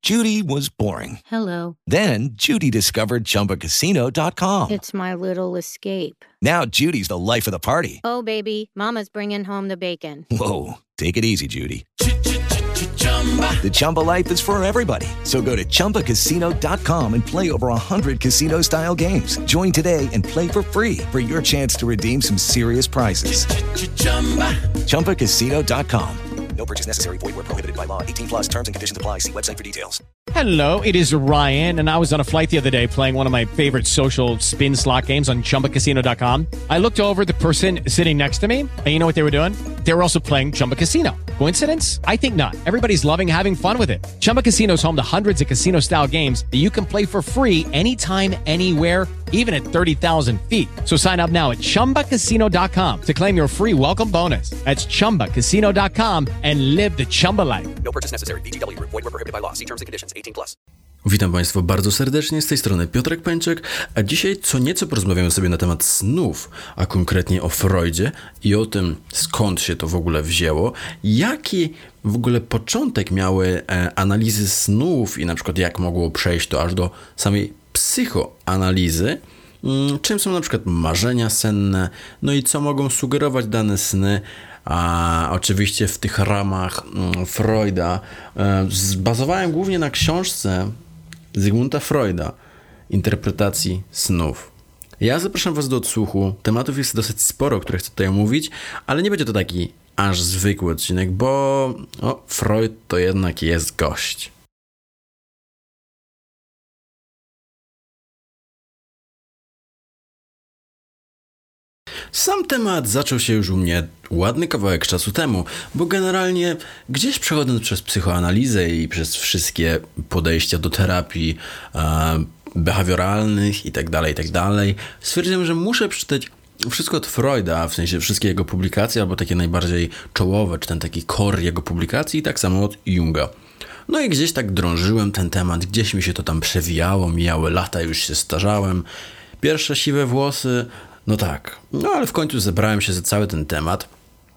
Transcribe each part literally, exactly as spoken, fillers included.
Judy was boring. Hello. Then Judy discovered Chumba Casino dot com. It's my little escape. Now Judy's the life of the party. Oh, baby, mama's bringing home the bacon. Whoa, take it easy, Judy. The Chumba life is for everybody. So go to Chumba Casino dot com and play over one hundred casino-style games. Join today and play for free for your chance to redeem some serious prizes. Chumba Casino dot com. No purchase necessary. Void where prohibited by law. eighteen plus terms and conditions apply. See website for details. Hello, it is Ryan, and I was on a flight the other day playing one of my favorite social spin slot games on Chumba Casino dot com. I looked over at the person sitting next to me, and you know what they were doing? They were also playing Chumba Casino. Coincidence? I think not. Everybody's loving having fun with it. Chumba Casino is home to hundreds of casino-style games that you can play for free anytime, anywhere, even at thirty thousand feet. So sign up now at Chumba Casino dot com to claim your free welcome bonus. That's Chumba Casino dot com and live the Chumba life. No purchase necessary. V G W. Void where prohibited by law. See terms and conditions. eighteen plus. Witam Państwa bardzo serdecznie, z tej strony Piotrek Pęczek, a dzisiaj co nieco porozmawiamy sobie na temat snów, a konkretnie o Freudzie i o tym, skąd się to w ogóle wzięło, jaki w ogóle początek miały e, analizy snów i na przykład jak mogło przejść to aż do samej psychoanalizy, mm, czym są na przykład marzenia senne, no i co mogą sugerować dane sny. A oczywiście w tych ramach mm, Freuda e, zbazowałem głównie na książce Zygmunta Freuda, Interpretacji snów. Ja zapraszam Was do odsłuchu. Tematów jest dosyć sporo, o których chcę tutaj omówić, ale nie będzie to taki aż zwykły odcinek, bo o, Freud to jednak jest gość. Sam temat zaczął się już u mnie ładny kawałek czasu temu, bo generalnie gdzieś przechodząc przez psychoanalizę i przez wszystkie podejścia do terapii e, behawioralnych i tak dalej, i tak dalej, stwierdziłem, że muszę przeczytać wszystko od Freuda, w sensie wszystkie jego publikacje, albo takie najbardziej czołowe, czy ten taki core jego publikacji, i tak samo od Junga. No i gdzieś tak drążyłem ten temat, gdzieś mi się to tam przewijało, mijały lata, już się starzałem. Pierwsze siwe włosy, no tak. No ale w końcu zebrałem się za cały ten temat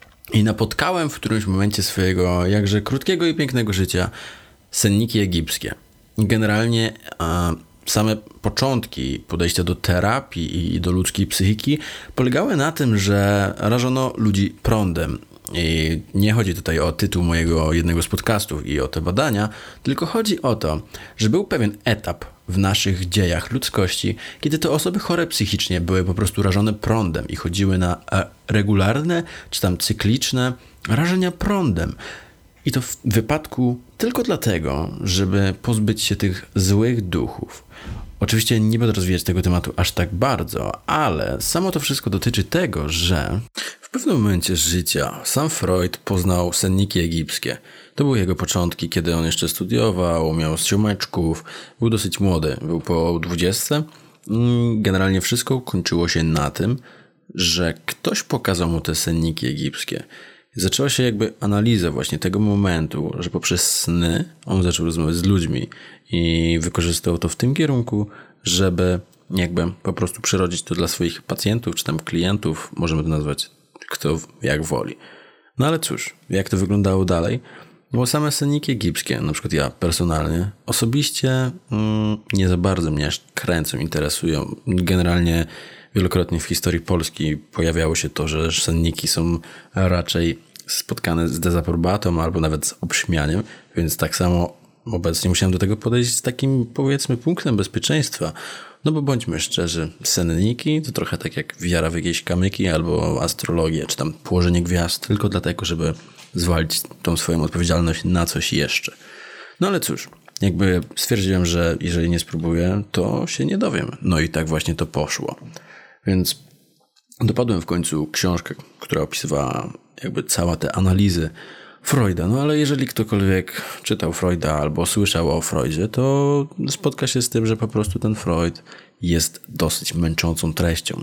i napotkałem w którymś momencie swojego jakże krótkiego i pięknego życia senniki egipskie. Generalnie e, same początki podejścia do terapii i do ludzkiej psychiki polegały na tym, że rażono ludzi prądem. I nie chodzi tutaj o tytuł mojego jednego z podcastów i o te badania, tylko chodzi o to, że był pewien etap w naszych dziejach ludzkości, kiedy to osoby chore psychicznie były po prostu rażone prądem i chodziły na regularne, czy tam cykliczne rażenia prądem. I to w wypadku tylko dlatego, żeby pozbyć się tych złych duchów. Oczywiście nie będę rozwijać tego tematu aż tak bardzo, ale samo to wszystko dotyczy tego, że w pewnym momencie życia sam Freud poznał senniki egipskie. To były jego początki, kiedy on jeszcze studiował, miał ziomeczków, był dosyć młody, był po dwudziestce. Generalnie wszystko kończyło się na tym, że ktoś pokazał mu te senniki egipskie. Zaczęła się jakby analiza właśnie tego momentu, że poprzez sny on zaczął rozmawiać z ludźmi i wykorzystał to w tym kierunku, żeby jakby po prostu przerodzić to dla swoich pacjentów czy tam klientów, możemy to nazwać kto jak woli. No ale cóż, jak to wyglądało dalej? Bo same senniki egipskie, na przykład ja personalnie, osobiście mm, nie za bardzo mnie kręcą, interesują. Generalnie wielokrotnie w historii Polski pojawiało się to, że senniki są raczej spotkane z dezaprobatą albo nawet z obśmianiem, więc tak samo obecnie musiałem do tego podejść z takim, powiedzmy, punktem bezpieczeństwa. No bo bądźmy szczerzy, senniki to trochę tak jak wiara w jakieś kamyki albo astrologię, czy tam położenie gwiazd, tylko dlatego, żeby zwalić tą swoją odpowiedzialność na coś jeszcze. No ale cóż, jakby stwierdziłem, że jeżeli nie spróbuję, to się nie dowiem. No i tak właśnie to poszło. Więc dopadłem w końcu książkę, która opisywała jakby całe te analizy Freuda. No ale jeżeli ktokolwiek czytał Freuda albo słyszał o Freudzie, to spotka się z tym, że po prostu ten Freud jest dosyć męczącą treścią.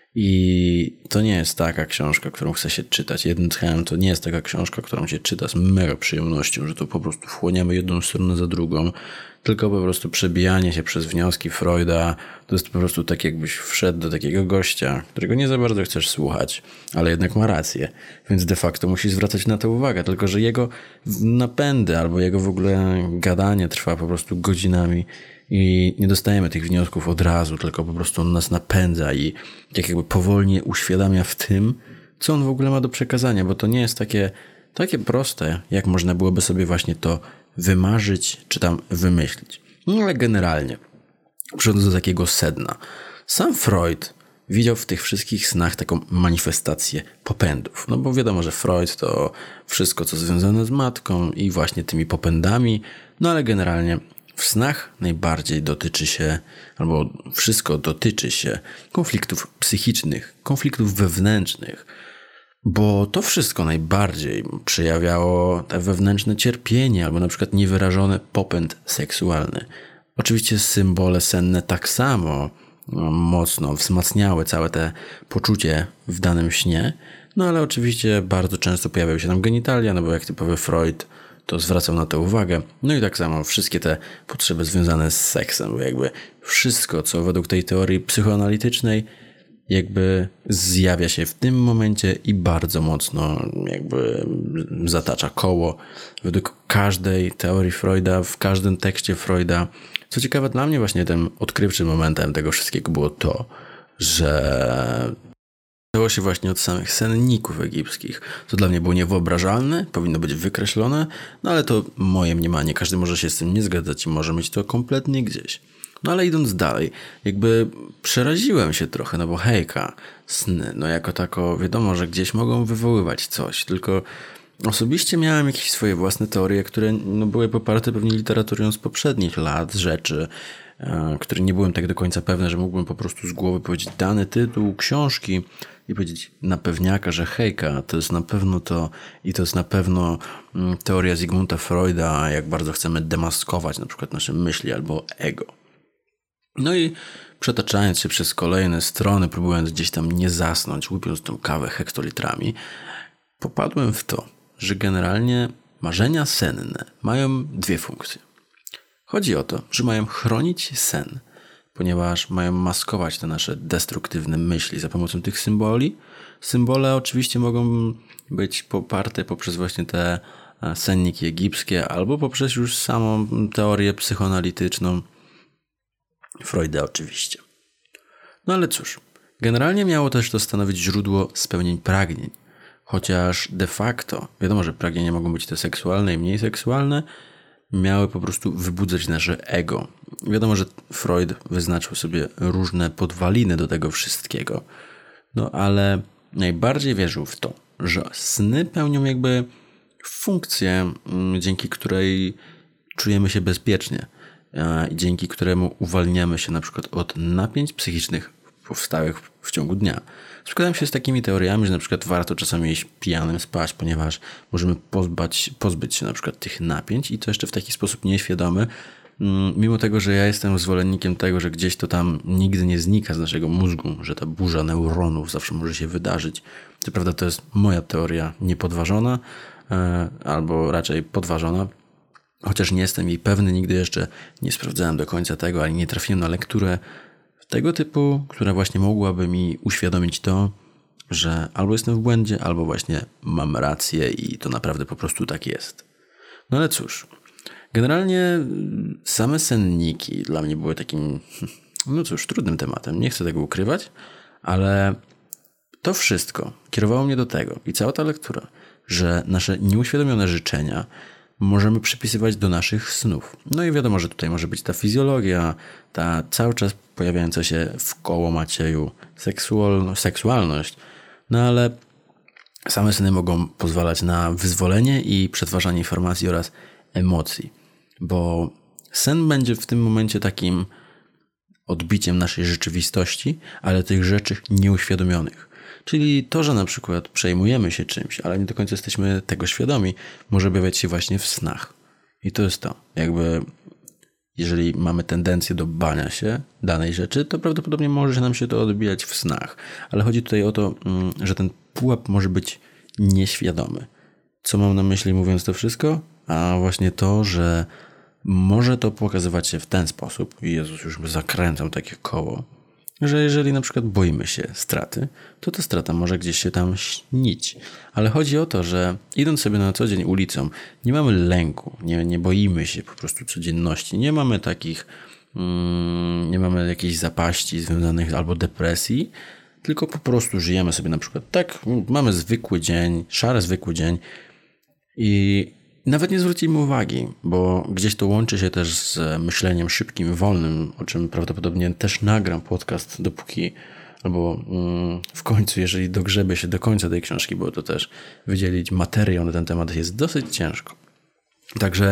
I to nie jest taka książka, którą chce się czytać. Jednym tchem to nie jest taka książka, którą się czyta z mega przyjemnością, że to po prostu wchłoniemy jedną stronę za drugą. tylko po prostu przebijanie się przez wnioski Freuda to jest po prostu tak, jakbyś wszedł do takiego gościa, którego nie za bardzo chcesz słuchać, ale jednak ma rację, więc de facto musisz zwracać na to uwagę, tylko że jego napędy albo jego w ogóle gadanie trwa po prostu godzinami i nie dostajemy tych wniosków od razu, tylko po prostu on nas napędza i tak jakby powolnie uświadamia w tym, co on w ogóle ma do przekazania, bo to nie jest takie, takie proste, jak można byłoby sobie właśnie to wymarzyć, czy tam wymyślić. No ale generalnie, przechodząc do takiego sedna, sam Freud widział w tych wszystkich snach taką manifestację popędów. No bo wiadomo, że Freud to wszystko, co związane z matką i właśnie tymi popędami, no ale generalnie w snach najbardziej dotyczy się, albo wszystko dotyczy się konfliktów psychicznych, konfliktów wewnętrznych, bo to wszystko najbardziej przejawiało te wewnętrzne cierpienie albo na przykład niewyrażony popęd seksualny. Oczywiście symbole senne tak samo mocno wzmacniały całe te poczucie w danym śnie, no ale oczywiście bardzo często pojawiały się tam genitalia, no bo jak typowy Freud to zwracał na to uwagę. No i tak samo wszystkie te potrzeby związane z seksem, bo jakby wszystko, co według tej teorii psychoanalitycznej jakby zjawia się w tym momencie i bardzo mocno jakby zatacza koło. Według każdej teorii Freuda, w każdym tekście Freuda. Co ciekawe, dla mnie właśnie tym odkrywczym momentem tego wszystkiego było to, że zaczęło się właśnie od samych senników egipskich. To dla mnie było niewyobrażalne, powinno być wykreślone, no ale to moje mniemanie. Każdy może się z tym nie zgadzać i może mieć to kompletnie gdzieś. No ale idąc dalej, jakby przeraziłem się trochę, no bo hejka, sny, no jako tako wiadomo, że gdzieś mogą wywoływać coś, tylko osobiście miałem jakieś swoje własne teorie, które no, były poparte pewnie literaturą z poprzednich lat, rzeczy, e, które nie byłem tak do końca pewny, że mógłbym po prostu z głowy powiedzieć dany tytuł książki i powiedzieć na pewniaka, że hejka, to jest na pewno to i to jest na pewno mm, teoria Sigmunda Freuda, jak bardzo chcemy demaskować na przykład nasze myśli albo ego. No i przetaczając się przez kolejne strony, próbując gdzieś tam nie zasnąć, łupiąc tą kawę hektolitrami, popadłem w to, że generalnie marzenia senne mają dwie funkcje. Chodzi o to, że mają chronić sen, ponieważ mają maskować te nasze destruktywne myśli za pomocą tych symboli. Symbole oczywiście mogą być poparte poprzez właśnie te senniki egipskie albo poprzez już samą teorię psychoanalityczną Freuda oczywiście. No ale cóż, generalnie miało też to stanowić źródło spełnień pragnień. Chociaż de facto, wiadomo, że pragnienia mogą być te seksualne i mniej seksualne, miały po prostu wybudzać nasze ego. Wiadomo, że Freud wyznaczył sobie różne podwaliny do tego wszystkiego. No ale najbardziej wierzył w to, że sny pełnią jakby funkcję, dzięki której czujemy się bezpiecznie i dzięki któremu uwalniamy się na przykład od napięć psychicznych powstałych w ciągu dnia. Zgadzam się z takimi teoriami, że na przykład warto czasami iść pijanym spać, ponieważ możemy pozbać, pozbyć się na przykład tych napięć i to jeszcze w taki sposób nieświadomy, mimo tego, że ja jestem zwolennikiem tego, że gdzieś to tam nigdy nie znika z naszego mózgu, że ta burza neuronów zawsze może się wydarzyć. Co prawda to jest moja teoria niepodważona, albo raczej podważona, chociaż nie jestem jej pewny, nigdy jeszcze nie sprawdzałem do końca tego, ani nie trafiłem na lekturę tego typu, która właśnie mogłaby mi uświadomić to, że albo jestem w błędzie, albo właśnie mam rację i to naprawdę po prostu tak jest. No ale cóż, generalnie same senniki dla mnie były takim, no cóż, trudnym tematem. Nie chcę tego ukrywać, ale to wszystko kierowało mnie do tego i cała ta lektura, że nasze nieuświadomione życzenia możemy przypisywać do naszych snów. No i wiadomo, że tutaj może być ta fizjologia, ta cały czas pojawiająca się w koło Macieju seksual, seksualność, no ale same sny mogą pozwalać na wyzwolenie i przetwarzanie informacji oraz emocji, bo sen będzie w tym momencie takim odbiciem naszej rzeczywistości, ale tych rzeczy nieuświadomionych. Czyli to, że na przykład przejmujemy się czymś, ale nie do końca jesteśmy tego świadomi, może objawiać się właśnie w snach. I to jest to. Jakby jeżeli mamy tendencję do bania się danej rzeczy, to prawdopodobnie może nam się to odbijać w snach. Ale chodzi tutaj o to, że ten pułap może być nieświadomy. Co mam na myśli mówiąc to wszystko? A właśnie to, że może to pokazywać się w ten sposób, i Jezus już zakręcał takie koło, że jeżeli na przykład boimy się straty, to ta strata może gdzieś się tam śnić. Ale chodzi o to, że idąc sobie na co dzień ulicą, nie mamy lęku, nie, nie boimy się po prostu codzienności, nie mamy takich, mm, nie mamy jakichś zapaści związanych albo depresji, tylko po prostu żyjemy sobie na przykład tak, mamy zwykły dzień, szary zwykły dzień i nawet nie zwrócimy uwagi, bo gdzieś to łączy się też z myśleniem szybkim, wolnym, o czym prawdopodobnie też nagram podcast, dopóki, albo mm, w końcu, jeżeli dogrzebię się do końca tej książki, bo to też wydzielić materiał na ten temat jest dosyć ciężko. Także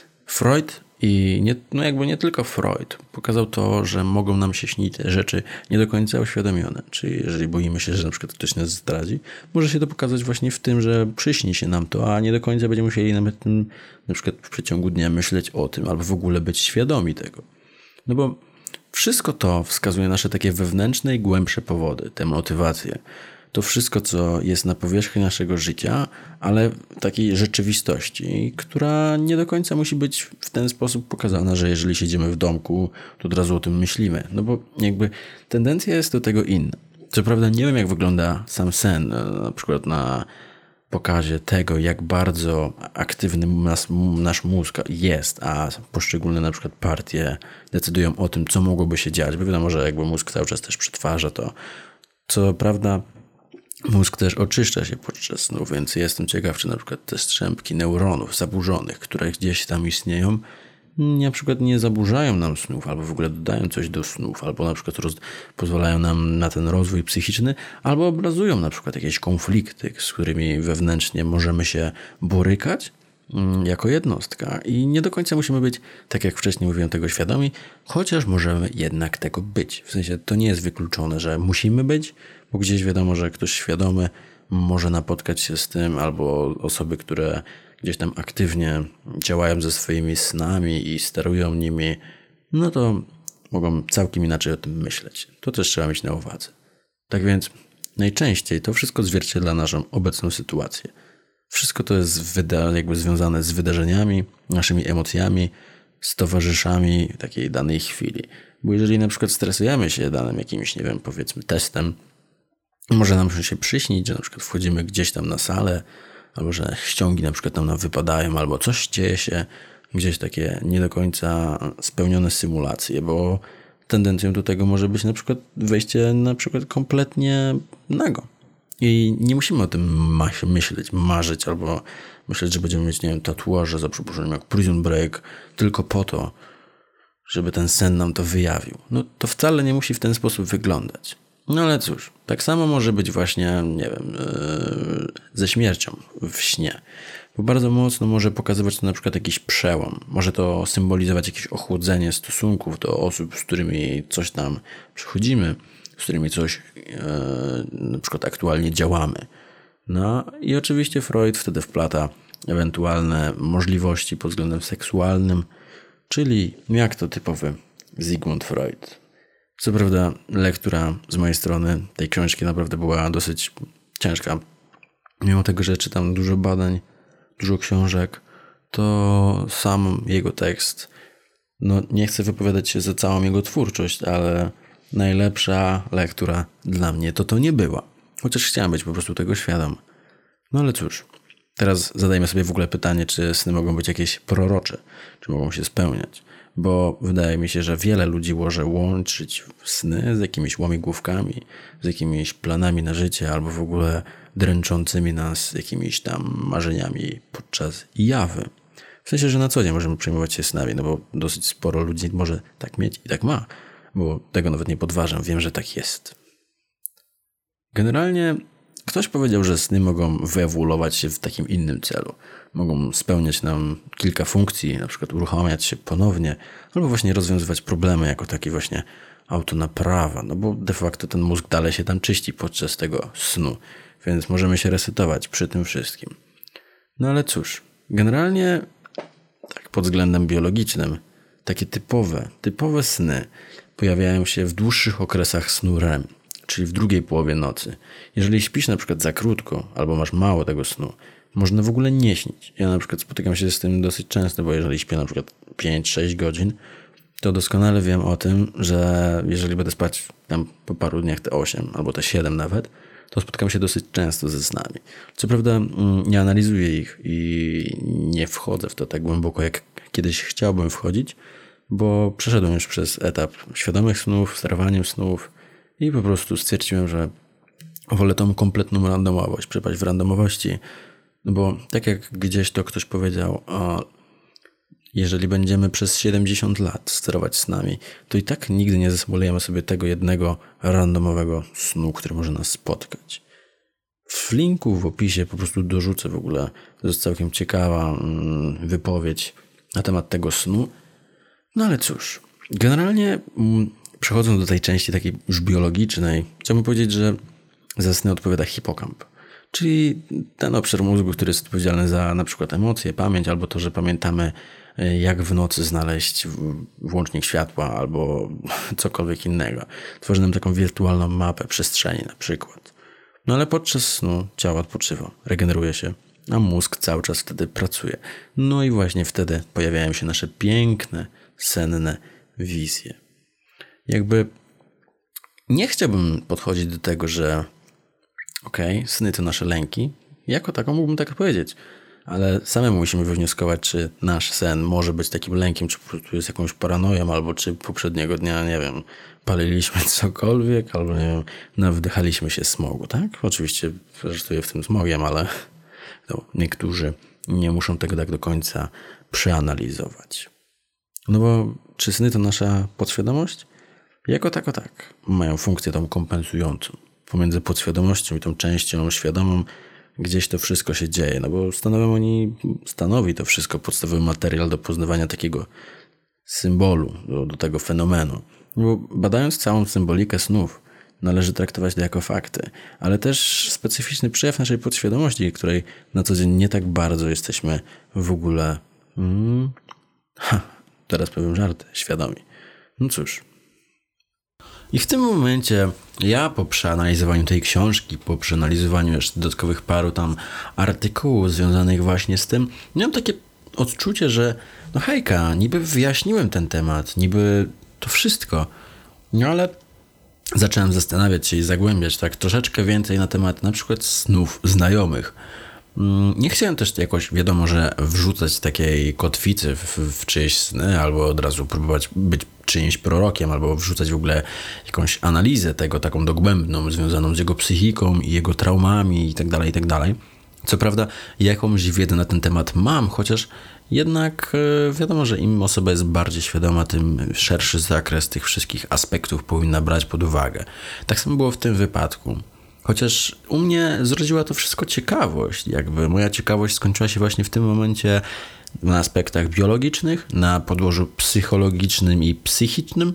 Freud i nie, no jakby nie tylko Freud pokazał to, że mogą nam się śnić rzeczy nie do końca uświadomione. Czyli jeżeli boimy się, że na przykład ktoś nas zdradzi, może się to pokazać właśnie w tym, że przyśni się nam to, a nie do końca będziemy musieli nawet tym, na przykład w przeciągu dnia myśleć o tym, albo w ogóle być świadomi tego. No bo wszystko to wskazuje nasze takie wewnętrzne i głębsze powody, te motywacje. To wszystko, co jest na powierzchni naszego życia, ale takiej rzeczywistości, która nie do końca musi być w ten sposób pokazana, że jeżeli siedzimy w domku, to od razu o tym myślimy. No bo jakby tendencja jest do tego inna. Co prawda nie wiem, jak wygląda sam sen, na przykład na pokazie tego, jak bardzo aktywny nas, nasz mózg jest, a poszczególne na przykład partie decydują o tym, co mogłoby się dziać, bo wiadomo, że jakby mózg cały czas też przetwarza to. Co prawda mózg też oczyszcza się podczas snu, więc jestem ciekaw, czy na przykład te strzępki neuronów zaburzonych, które gdzieś tam istnieją, na przykład nie zaburzają nam snów, albo w ogóle dodają coś do snów, albo na przykład roz, pozwalają nam na ten rozwój psychiczny, albo obrazują na przykład jakieś konflikty, z którymi wewnętrznie możemy się borykać jako jednostka. I nie do końca musimy być, tak jak wcześniej mówiłem, tego świadomi, chociaż możemy jednak tego być. W sensie to nie jest wykluczone, że musimy być, bo gdzieś wiadomo, że ktoś świadomy może napotkać się z tym, albo osoby, które gdzieś tam aktywnie działają ze swoimi snami i sterują nimi, no to mogą całkiem inaczej o tym myśleć. To też trzeba mieć na uwadze. Tak więc najczęściej to wszystko odzwierciedla naszą obecną sytuację. Wszystko to jest wyda- jakby związane z wydarzeniami, naszymi emocjami, z towarzyszami takiej danej chwili. Bo jeżeli na przykład stresujemy się danym jakimś, nie wiem, powiedzmy testem, może nam się przyśnić, że na przykład wchodzimy gdzieś tam na salę, albo że ściągi na przykład tam nam wypadają, albo coś dzieje się, gdzieś takie nie do końca spełnione symulacje, bo tendencją do tego może być na przykład wejście na przykład kompletnie nago. I nie musimy o tym ma- myśleć, marzyć, albo myśleć, że będziemy mieć, nie wiem, tatuaże za przeproszeniem jak Prison Break, tylko po to, żeby ten sen nam to wyjawił. No to wcale nie musi w ten sposób wyglądać. No ale cóż, tak samo może być właśnie, nie wiem, yy, ze śmiercią w śnie. Bo bardzo mocno może pokazywać to na przykład jakiś przełom. Może to symbolizować jakieś ochłodzenie stosunków do osób, z którymi coś tam przechodzimy, z którymi coś yy, na przykład aktualnie działamy. No i oczywiście Freud wtedy wplata ewentualne możliwości pod względem seksualnym, czyli jak to typowy Sigmund Freud. Co prawda lektura z mojej strony tej książki naprawdę była dosyć ciężka. Mimo tego, że czytam dużo badań, dużo książek, to sam jego tekst, no nie chcę wypowiadać się za całą jego twórczość, ale najlepsza lektura dla mnie to to nie była. Chociaż chciałem być po prostu tego świadom. No ale cóż, teraz zadajmy sobie w ogóle pytanie, czy sny mogą być jakieś prorocze, czy mogą się spełniać. Bo wydaje mi się, że wiele ludzi może łączyć sny z jakimiś łamigłówkami, z jakimiś planami na życie, albo w ogóle dręczącymi nas jakimiś tam marzeniami podczas jawy. W sensie, że na co dzień możemy przejmować się snami, no bo dosyć sporo ludzi może tak mieć i tak ma, bo tego nawet nie podważam, wiem, że tak jest. Generalnie ktoś powiedział, że sny mogą wyewoluować się w takim innym celu. Mogą spełniać nam kilka funkcji, na przykład uruchamiać się ponownie, albo właśnie rozwiązywać problemy jako taki właśnie autonaprawa, no bo de facto ten mózg dalej się tam czyści podczas tego snu, więc możemy się resetować przy tym wszystkim. No ale cóż, generalnie tak pod względem biologicznym takie typowe, typowe sny pojawiają się w dłuższych okresach snu R E M, czyli w drugiej połowie nocy. Jeżeli śpisz na przykład za krótko albo masz mało tego snu, można w ogóle nie śnić. Ja na przykład spotykam się z tym dosyć często, bo jeżeli śpię na przykład pięć sześć godzin, to doskonale wiem o tym, że jeżeli będę spać tam po paru dniach te osiem albo te siedem nawet, to spotykam się dosyć często ze snami. Co prawda nie analizuję ich i nie wchodzę w to tak głęboko, jak kiedyś chciałbym wchodzić, bo przeszedłem już przez etap świadomych snów, sterowaniem snów i po prostu stwierdziłem, że wolę tą kompletną randomowość, przepaść w randomowości, no bo tak jak gdzieś to ktoś powiedział, o, jeżeli będziemy przez siedemdziesiąt lat sterować snami, to i tak nigdy nie zesymulujemy sobie tego jednego randomowego snu, który może nas spotkać. W linku w opisie po prostu dorzucę w ogóle, to jest całkiem ciekawa mm, wypowiedź na temat tego snu. No ale cóż, generalnie mm, przechodząc do tej części takiej już biologicznej, chciałbym powiedzieć, że za sny odpowiada hipokamp. Czyli ten obszar mózgu, który jest odpowiedzialny za na przykład emocje, pamięć, albo to, że pamiętamy, jak w nocy znaleźć włącznik światła, albo cokolwiek innego. Tworzy nam taką wirtualną mapę przestrzeni na przykład. No ale podczas snu ciało odpoczywa, regeneruje się, a mózg cały czas wtedy pracuje. No i właśnie wtedy pojawiają się nasze piękne, senne wizje. Jakby nie chciałbym podchodzić do tego, że okej, okay, sny to nasze lęki. Jako taką mógłbym tak powiedzieć. Ale samemu musimy wywnioskować, czy nasz sen może być takim lękiem, czy po prostu jest jakąś paranoją, albo czy poprzedniego dnia, nie wiem, paliliśmy cokolwiek, albo nie wiem, nawdychaliśmy się smogu, tak? Oczywiście żartuję w tym smogiem, ale no, niektórzy nie muszą tego tak do końca przeanalizować. No bo czy sny to nasza podświadomość? Jako tako tak. Mają funkcję tą kompensującą. Pomiędzy podświadomością i tą częścią świadomą gdzieś to wszystko się dzieje, no bo stanowią oni, stanowi to wszystko podstawowy materiał do poznawania takiego symbolu, do, do tego fenomenu. Bo badając całą symbolikę snów, należy traktować to jako fakty, ale też specyficzny przejaw naszej podświadomości, której na co dzień nie tak bardzo jesteśmy w ogóle, hmm, ha, teraz powiem żarty, świadomi. No cóż. I w tym momencie ja po przeanalizowaniu tej książki, po przeanalizowaniu jeszcze dodatkowych paru tam artykułów związanych właśnie z tym, miałem takie odczucie, że no hejka, niby wyjaśniłem ten temat, niby to wszystko, no ale zacząłem zastanawiać się i zagłębiać tak troszeczkę więcej na temat na przykład snów znajomych. Nie chciałem też jakoś, wiadomo, że wrzucać takiej kotwicy w, w czyjeś sny, albo od razu próbować być czyimś prorokiem, albo wrzucać w ogóle jakąś analizę tego, taką dogłębną, związaną z jego psychiką i jego traumami i tak dalej, i tak dalej. Co prawda jakąś wiedzę na ten temat mam, chociaż jednak wiadomo, że im osoba jest bardziej świadoma, tym szerszy zakres tych wszystkich aspektów powinna brać pod uwagę. Tak samo było w tym wypadku. Chociaż u mnie zrodziła to wszystko ciekawość. Jakby moja ciekawość skończyła się właśnie w tym momencie na aspektach biologicznych, na podłożu psychologicznym i psychicznym.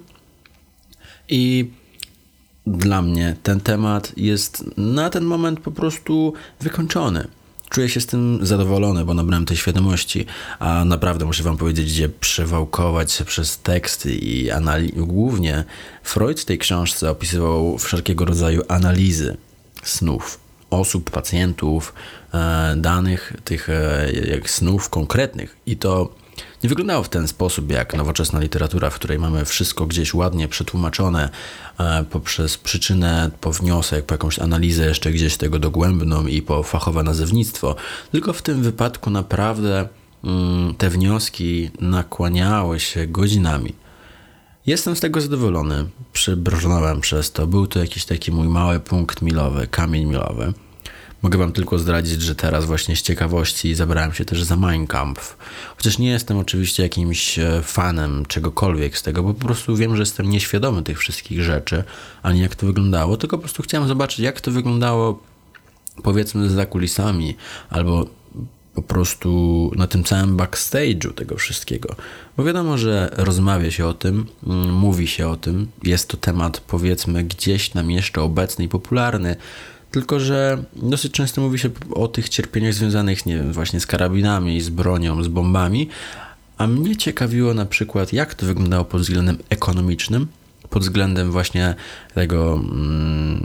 I dla mnie ten temat jest na ten moment po prostu wykończony. Czuję się z tym zadowolony, bo nabrałem tej świadomości, a naprawdę muszę wam powiedzieć, gdzie przewałkować się przez teksty i analizy. Głównie Freud w tej książce opisywał wszelkiego rodzaju analizy snów osób, pacjentów, danych tych jak snów konkretnych. I to nie wyglądało w ten sposób jak nowoczesna literatura, w której mamy wszystko gdzieś ładnie przetłumaczone poprzez przyczynę, po wniosek, po jakąś analizę jeszcze gdzieś tego dogłębną i po fachowe nazewnictwo. Tylko w tym wypadku naprawdę te wnioski nakłaniały się godzinami. Jestem z tego zadowolony. Przybrążnąłem przez to. Był to jakiś taki mój mały punkt milowy, kamień milowy. Mogę wam tylko zdradzić, że teraz właśnie z ciekawości zabrałem się też za Mein Kampf. Chociaż nie jestem oczywiście jakimś fanem czegokolwiek z tego, bo po prostu wiem, że jestem nieświadomy tych wszystkich rzeczy, ani jak to wyglądało, tylko po prostu chciałem zobaczyć, jak to wyglądało powiedzmy za kulisami, albo po prostu na tym całym backstage'u tego wszystkiego. Bo wiadomo, że rozmawia się o tym, mówi się o tym, jest to temat powiedzmy gdzieś tam jeszcze obecny i popularny, tylko że dosyć często mówi się o tych cierpieniach związanych, nie wiem, właśnie z karabinami, z bronią, z bombami, a mnie ciekawiło na przykład, jak to wyglądało pod względem ekonomicznym, pod względem właśnie tego,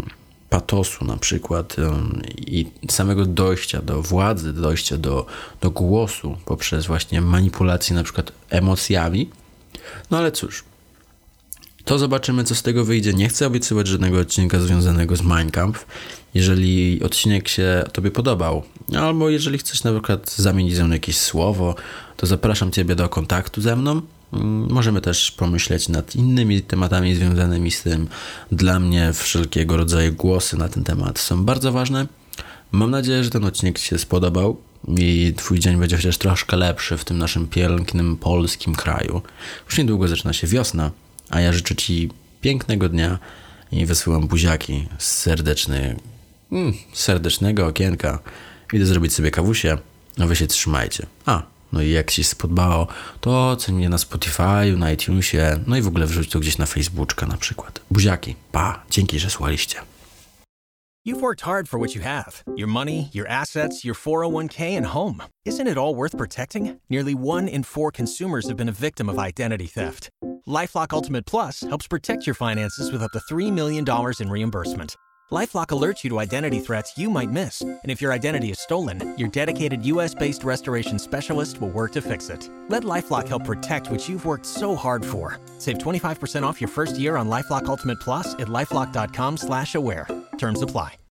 patosu na przykład i samego dojścia do władzy, dojścia do, do głosu poprzez właśnie manipulację na przykład emocjami. No ale cóż, to zobaczymy, co z tego wyjdzie. Nie chcę obiecywać żadnego odcinka związanego z Mein Kampf. Jeżeli odcinek się tobie podobał, albo jeżeli chcesz na przykład zamienić ze mną jakieś słowo, to zapraszam ciebie do kontaktu ze mną. Możemy też pomyśleć nad innymi tematami związanymi z tym. Dla mnie wszelkiego rodzaju głosy na ten temat są bardzo ważne. Mam nadzieję, że ten odcinek ci się spodobał i twój dzień będzie chociaż troszkę lepszy w tym naszym pięknym polskim kraju. Już niedługo zaczyna się wiosna, a ja życzę ci pięknego dnia i wysyłam buziaki z serdeczny, mm, serdecznego okienka. Idę zrobić sobie kawusie, a wy się trzymajcie. A, no i jak ci się spodobało, to oceń mnie na Spotify, na iTunesie, no i w ogóle wrzuć to gdzieś na Facebooka na przykład. Buziaki, pa, dzięki, że słuchaliście. You've worked hard for what you have. Your money, your assets, your four oh one k and home. Isn't it all worth protecting? Nearly one in four consumers have been a victim of identity theft. LifeLock Ultimate Plus helps protect your finances with up to three million dollars in reimbursement. LifeLock alerts you to identity threats you might miss. And if your identity is stolen, your dedicated U S-based restoration specialist will work to fix it. Let LifeLock help protect what you've worked so hard for. Save twenty-five percent off your first year on LifeLock Ultimate Plus at LifeLock.com slash aware. Terms apply.